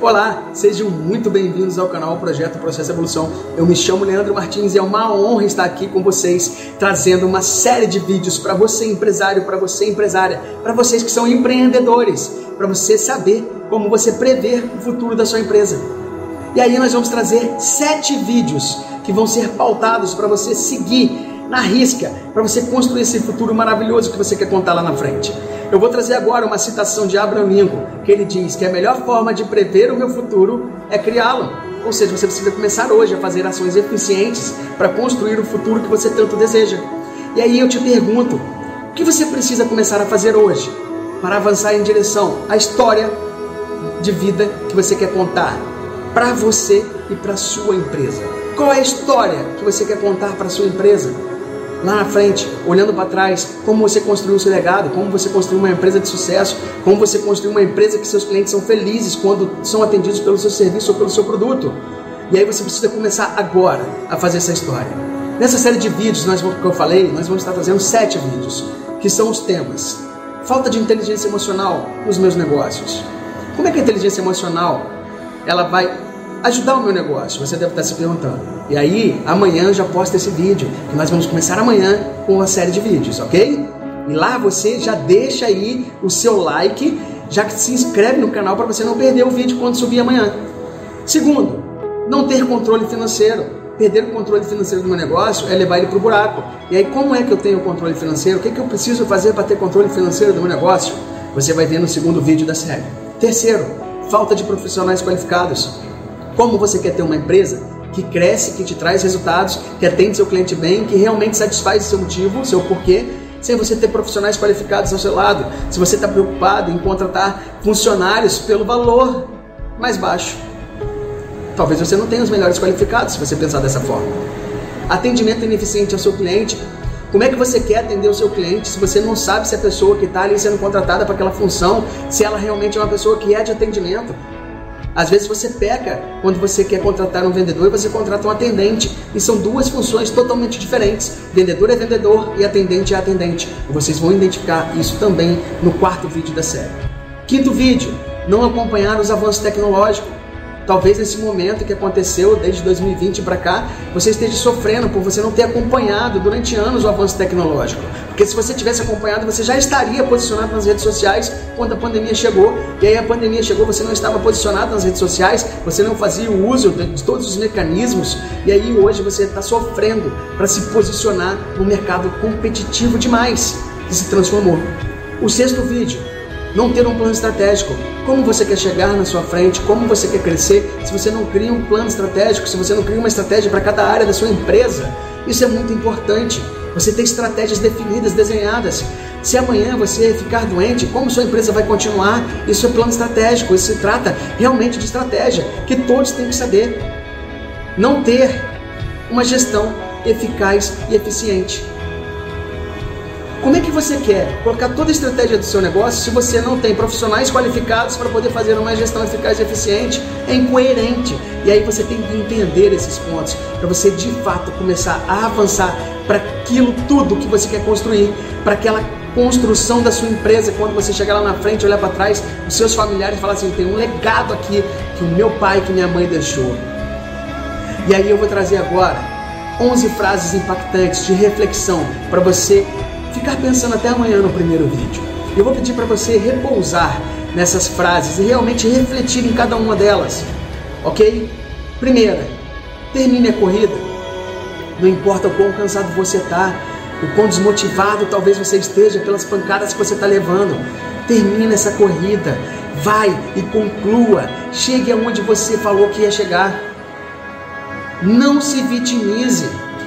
Olá, sejam muito bem-vindos ao canal Projeto Processo Evolução. Eu me chamo Leandro Martins e é uma honra estar aqui com vocês, trazendo uma série de vídeos para você empresário, para você empresária, para vocês que são empreendedores, para você saber como você prever o futuro da sua empresa. E aí nós vamos trazer 7 vídeos que vão ser pautados para você seguir na risca, para você construir esse futuro maravilhoso que você quer contar lá na frente. Eu vou trazer agora uma citação de Abraham Lincoln, que ele diz que a melhor forma de prever o meu futuro é criá-lo. Ou seja, você precisa começar hoje a fazer ações eficientes para construir o futuro que você tanto deseja. E aí eu te pergunto, o que você precisa começar a fazer hoje para avançar em direção à história de vida que você quer contar para você e para a sua empresa? Qual é a história que você quer contar para a sua empresa? Lá na frente, olhando para trás, como você construiu o seu legado, como você construiu uma empresa de sucesso, como você construiu uma empresa que seus clientes são felizes quando são atendidos pelo seu serviço ou pelo seu produto. E aí você precisa começar agora a fazer essa história. Nessa série de vídeos que eu falei, nós vamos estar trazendo 7 vídeos, que são os temas. Falta de inteligência emocional nos meus negócios. Como é que a inteligência emocional ela vai ajudar o meu negócio? Você deve estar se perguntando. E aí, amanhã eu já posto esse vídeo, que nós vamos começar amanhã com uma série de vídeos, ok? E lá você já deixa aí o seu like, já que se inscreve no canal para você não perder o vídeo quando subir amanhã. Segundo, não ter controle financeiro. Perder o controle financeiro do meu negócio é levar ele para o buraco. E aí, como é que eu tenho o controle financeiro? O que eu preciso fazer para ter controle financeiro do meu negócio? Você vai ver no segundo vídeo da série. Terceiro, falta de profissionais qualificados. Como você quer ter uma empresa que cresce, que te traz resultados, que atende seu cliente bem, que realmente satisfaz o seu motivo, o seu porquê, sem você ter profissionais qualificados ao seu lado? Se você está preocupado em contratar funcionários pelo valor mais baixo, talvez você não tenha os melhores qualificados, se você pensar dessa forma. Atendimento ineficiente ao seu cliente. Como é que você quer atender o seu cliente se você não sabe se a pessoa que está ali sendo contratada para aquela função, se ela realmente é uma pessoa que é de atendimento? Às vezes você peca quando você quer contratar um vendedor e você contrata um atendente. E são duas funções totalmente diferentes. Vendedor é vendedor e atendente é atendente. E vocês vão identificar isso também no 4º vídeo da série. 5º vídeo, não acompanhar os avanços tecnológicos. Talvez nesse momento que aconteceu desde 2020 para cá, você esteja sofrendo por você não ter acompanhado durante anos o avanço tecnológico. Porque se você tivesse acompanhado, você já estaria posicionado nas redes sociais quando a pandemia chegou. E aí a pandemia chegou, você não estava posicionado nas redes sociais, você não fazia o uso de todos os mecanismos. E aí hoje você está sofrendo para se posicionar no mercado competitivo demais que se transformou. O 6º vídeo, não ter um plano estratégico. Como você quer chegar na sua frente, como você quer crescer, se você não cria um plano estratégico, se você não cria uma estratégia para cada área da sua empresa. Isso é muito importante. Você ter estratégias definidas, desenhadas. Se amanhã você ficar doente, como sua empresa vai continuar? Isso é plano estratégico, isso se trata realmente de estratégia, que todos têm que saber. Não ter uma gestão eficaz e eficiente. Como é que você quer colocar toda a estratégia do seu negócio se você não tem profissionais qualificados para poder fazer uma gestão eficaz e eficiente? É incoerente. E aí você tem que entender esses pontos para você de fato começar a avançar para aquilo tudo que você quer construir, para aquela construção da sua empresa. Quando você chegar lá na frente, olhar para trás, os seus familiares falar assim: tem um legado aqui que o meu pai, que minha mãe deixou. E aí eu vou trazer agora 11 frases impactantes de reflexão para você ficar pensando até amanhã no primeiro vídeo. Eu vou pedir para você repousar nessas frases e realmente refletir em cada uma delas, ok? Primeira, termine a corrida. Não importa o quão cansado você está, o quão desmotivado talvez você esteja pelas pancadas que você está levando. Termine essa corrida, vai e conclua, chegue aonde você falou que ia chegar. Não se vitimize.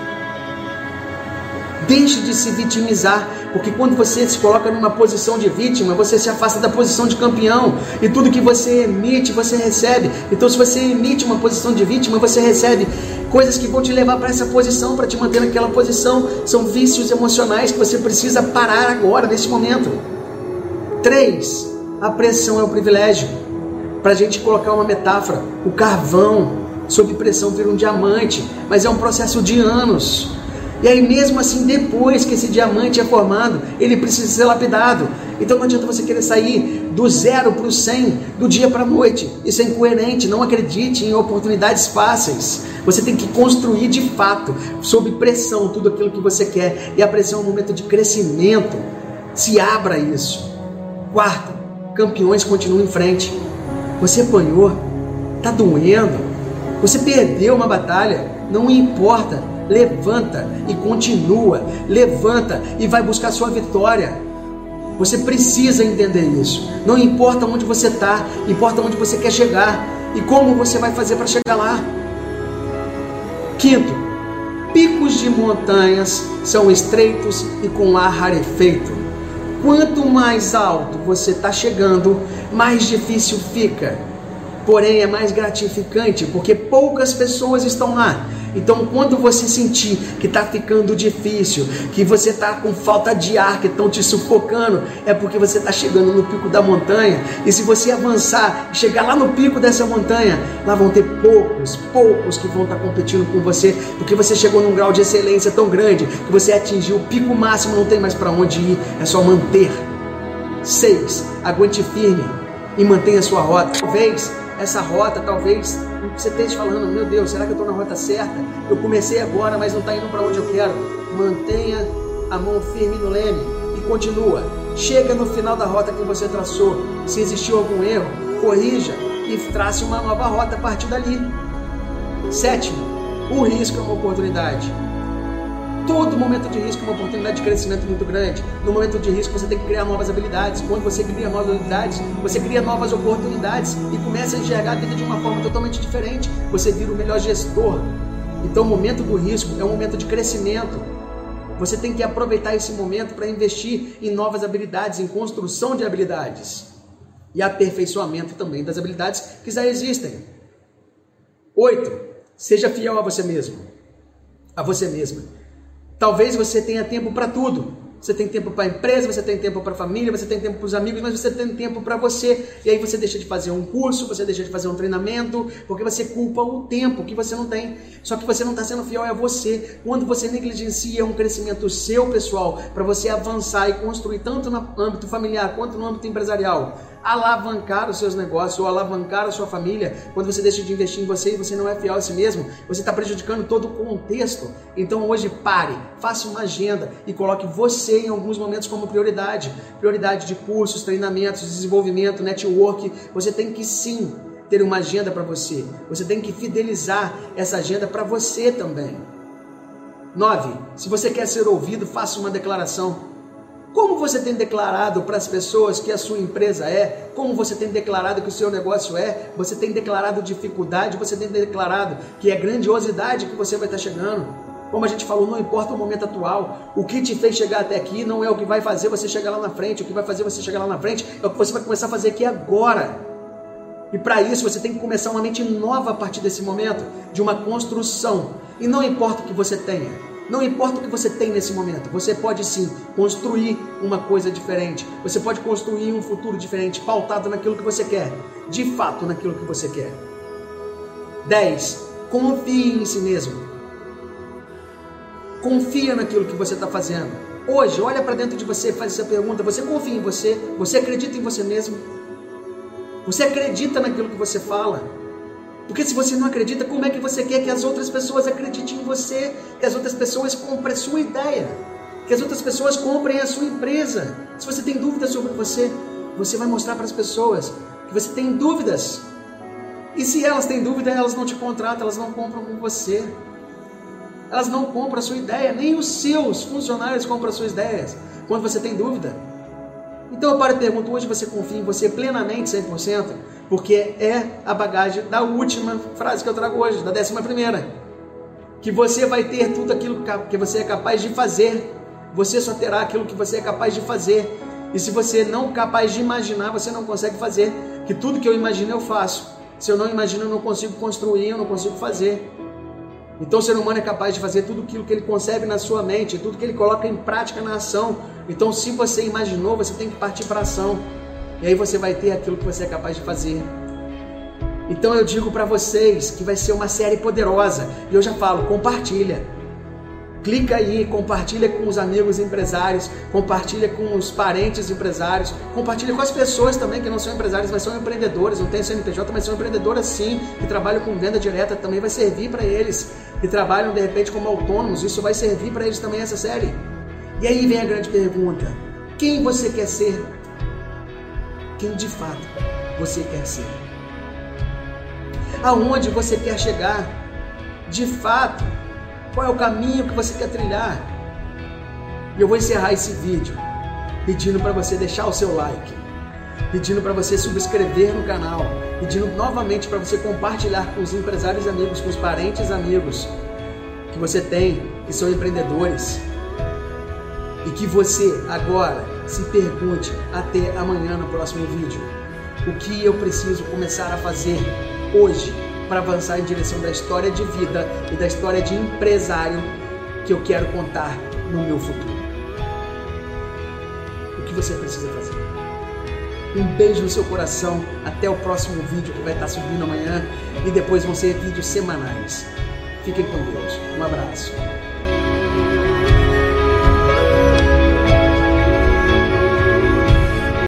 Deixe de se vitimizar, porque quando você se coloca numa posição de vítima, você se afasta da posição de campeão, e tudo que você emite, você recebe. Então se você emite uma posição de vítima, você recebe coisas que vão te levar para essa posição, para te manter naquela posição. São vícios emocionais que você precisa parar agora, nesse momento. 3. A pressão é um privilégio. Para a gente colocar uma metáfora, o carvão sob pressão vira um diamante, mas é um processo de anos. E aí mesmo assim, depois que esse diamante é formado, ele precisa ser lapidado. Então não adianta você querer sair do 0 para o 100 do dia para a noite. Isso é incoerente. Não acredite em oportunidades fáceis. Você tem que construir de fato, sob pressão, tudo aquilo que você quer. E a pressão é um momento de crescimento. Se abra isso. Quarto, campeões continuam em frente. Você apanhou, está doendo, você perdeu uma batalha, não importa. Levanta e continua. Levanta e vai buscar sua vitória. Você precisa entender isso. Não importa onde você está, importa onde você quer chegar e como você vai fazer para chegar lá. Quinto, picos de montanhas são estreitos e com ar rarefeito. Quanto mais alto você está chegando, mais difícil fica. Porém, é mais gratificante porque poucas pessoas estão lá. Então, quando você sentir que está ficando difícil, que você está com falta de ar, que estão te sufocando, é porque você está chegando no pico da montanha. E se você avançar e chegar lá no pico dessa montanha, lá vão ter poucos que vão estar competindo com você, porque você chegou num grau de excelência tão grande que você atingiu o pico máximo, não tem mais para onde ir, é só manter. 6. Aguente firme e mantenha a sua rota. Talvez essa rota, você esteja falando, meu Deus, será que eu estou na rota certa? Eu comecei agora, mas não está indo para onde eu quero. Mantenha a mão firme no leme e continua. Chega no final da rota que você traçou. Se existiu algum erro, corrija e trace uma nova rota a partir dali. 7. O risco é uma oportunidade. Todo momento de risco é uma oportunidade de crescimento muito grande. No momento de risco você tem que criar novas habilidades. Quando você cria novas habilidades, você cria novas oportunidades e começa a enxergar a vida de uma forma totalmente diferente. Você vira o melhor gestor. Então o momento do risco é um momento de crescimento. Você tem que aproveitar esse momento para investir em novas habilidades, em construção de habilidades e aperfeiçoamento também das habilidades que já existem. 8. Seja fiel a você mesmo, a você mesma. Talvez você tenha tempo para tudo. Você tem tempo para a empresa, você tem tempo para a família, você tem tempo para os amigos, mas você tem tempo para você. E aí você deixa de fazer um curso, você deixa de fazer um treinamento, porque você culpa o tempo que você não tem. Só que você não está sendo fiel a você. Quando você negligencia um crescimento seu, pessoal, para você avançar e construir tanto no âmbito familiar quanto no âmbito empresarial, alavancar os seus negócios ou alavancar a sua família, quando você deixa de investir em você e você não é fiel a si mesmo, você está prejudicando todo o contexto. Então hoje pare, faça uma agenda e coloque você em alguns momentos como prioridade de cursos, treinamentos, desenvolvimento, network. Você tem que sim ter uma agenda para você, você tem que fidelizar essa agenda para você também. 9. Se você quer ser ouvido, faça uma declaração. Como você tem declarado para as pessoas que a sua empresa é? Como você tem declarado que o seu negócio é? Você tem declarado dificuldade? Você tem declarado que é grandiosidade que você vai estar chegando? Como a gente falou, não importa o momento atual. O que te fez chegar até aqui não é o que vai fazer você chegar lá na frente. O que vai fazer você chegar lá na frente é o que você vai começar a fazer aqui agora. E para isso você tem que começar uma mente nova a partir desse momento, de uma construção. E não importa o que você tenha. Não importa o que você tem nesse momento, você pode sim construir uma coisa diferente, você pode construir um futuro diferente, pautado naquilo que você quer, de fato naquilo que você quer. 10. Confie em si mesmo. Confia naquilo que você está fazendo. Hoje, olha para dentro de você e faz essa pergunta, você confia em você? Você acredita em você mesmo? Você acredita naquilo que você fala? Porque se você não acredita, como é que você quer que as outras pessoas acreditem em você? Que as outras pessoas comprem a sua ideia? Que as outras pessoas comprem a sua empresa? Se você tem dúvidas sobre você, você vai mostrar para as pessoas que você tem dúvidas. E se elas têm dúvida, elas não te contratam, elas não compram com você. Elas não compram a sua ideia, nem os seus funcionários compram as suas ideias quando você tem dúvida. Então eu paro e pergunto, hoje você confia em você plenamente, 100%? Porque é a bagagem da última frase que eu trago hoje, da 11ª. Que você vai ter tudo aquilo que você é capaz de fazer. Você só terá aquilo que você é capaz de fazer. E se você não é capaz de imaginar, você não consegue fazer. Que tudo que eu imagino eu faço. Se eu não imagino, eu não consigo construir, eu não consigo fazer. Então o ser humano é capaz de fazer tudo aquilo que ele concebe na sua mente, tudo que ele coloca em prática na ação. Então se você imaginou, você tem que partir para a ação. E aí você vai ter aquilo que você é capaz de fazer. Então eu digo para vocês que vai ser uma série poderosa. E eu já falo, compartilha. Clica aí, compartilha com os amigos empresários, compartilha com os parentes empresários, compartilha com as pessoas também que não são empresários, mas são empreendedores, não tem CNPJ, mas são empreendedoras sim, que trabalham com venda direta, também vai servir para eles, que trabalham de repente como autônomos, isso vai servir para eles também essa série. E aí vem a grande pergunta, quem você quer ser? Quem de fato você quer ser? Aonde você quer chegar? De fato, qual é o caminho que você quer trilhar? E eu vou encerrar esse vídeo pedindo para você deixar o seu like, pedindo para você subscrever no canal, pedindo novamente para você compartilhar com os empresários amigos, com os parentes amigos que você tem, que são empreendedores, e que você agora se pergunte até amanhã no próximo vídeo, o que eu preciso começar a fazer hoje para avançar em direção da história de vida e da história de empresário que eu quero contar no meu futuro. O que você precisa fazer? Um beijo no seu coração, até o próximo vídeo que vai estar subindo amanhã e depois vão ser vídeos semanais. Fiquem com Deus. Um abraço.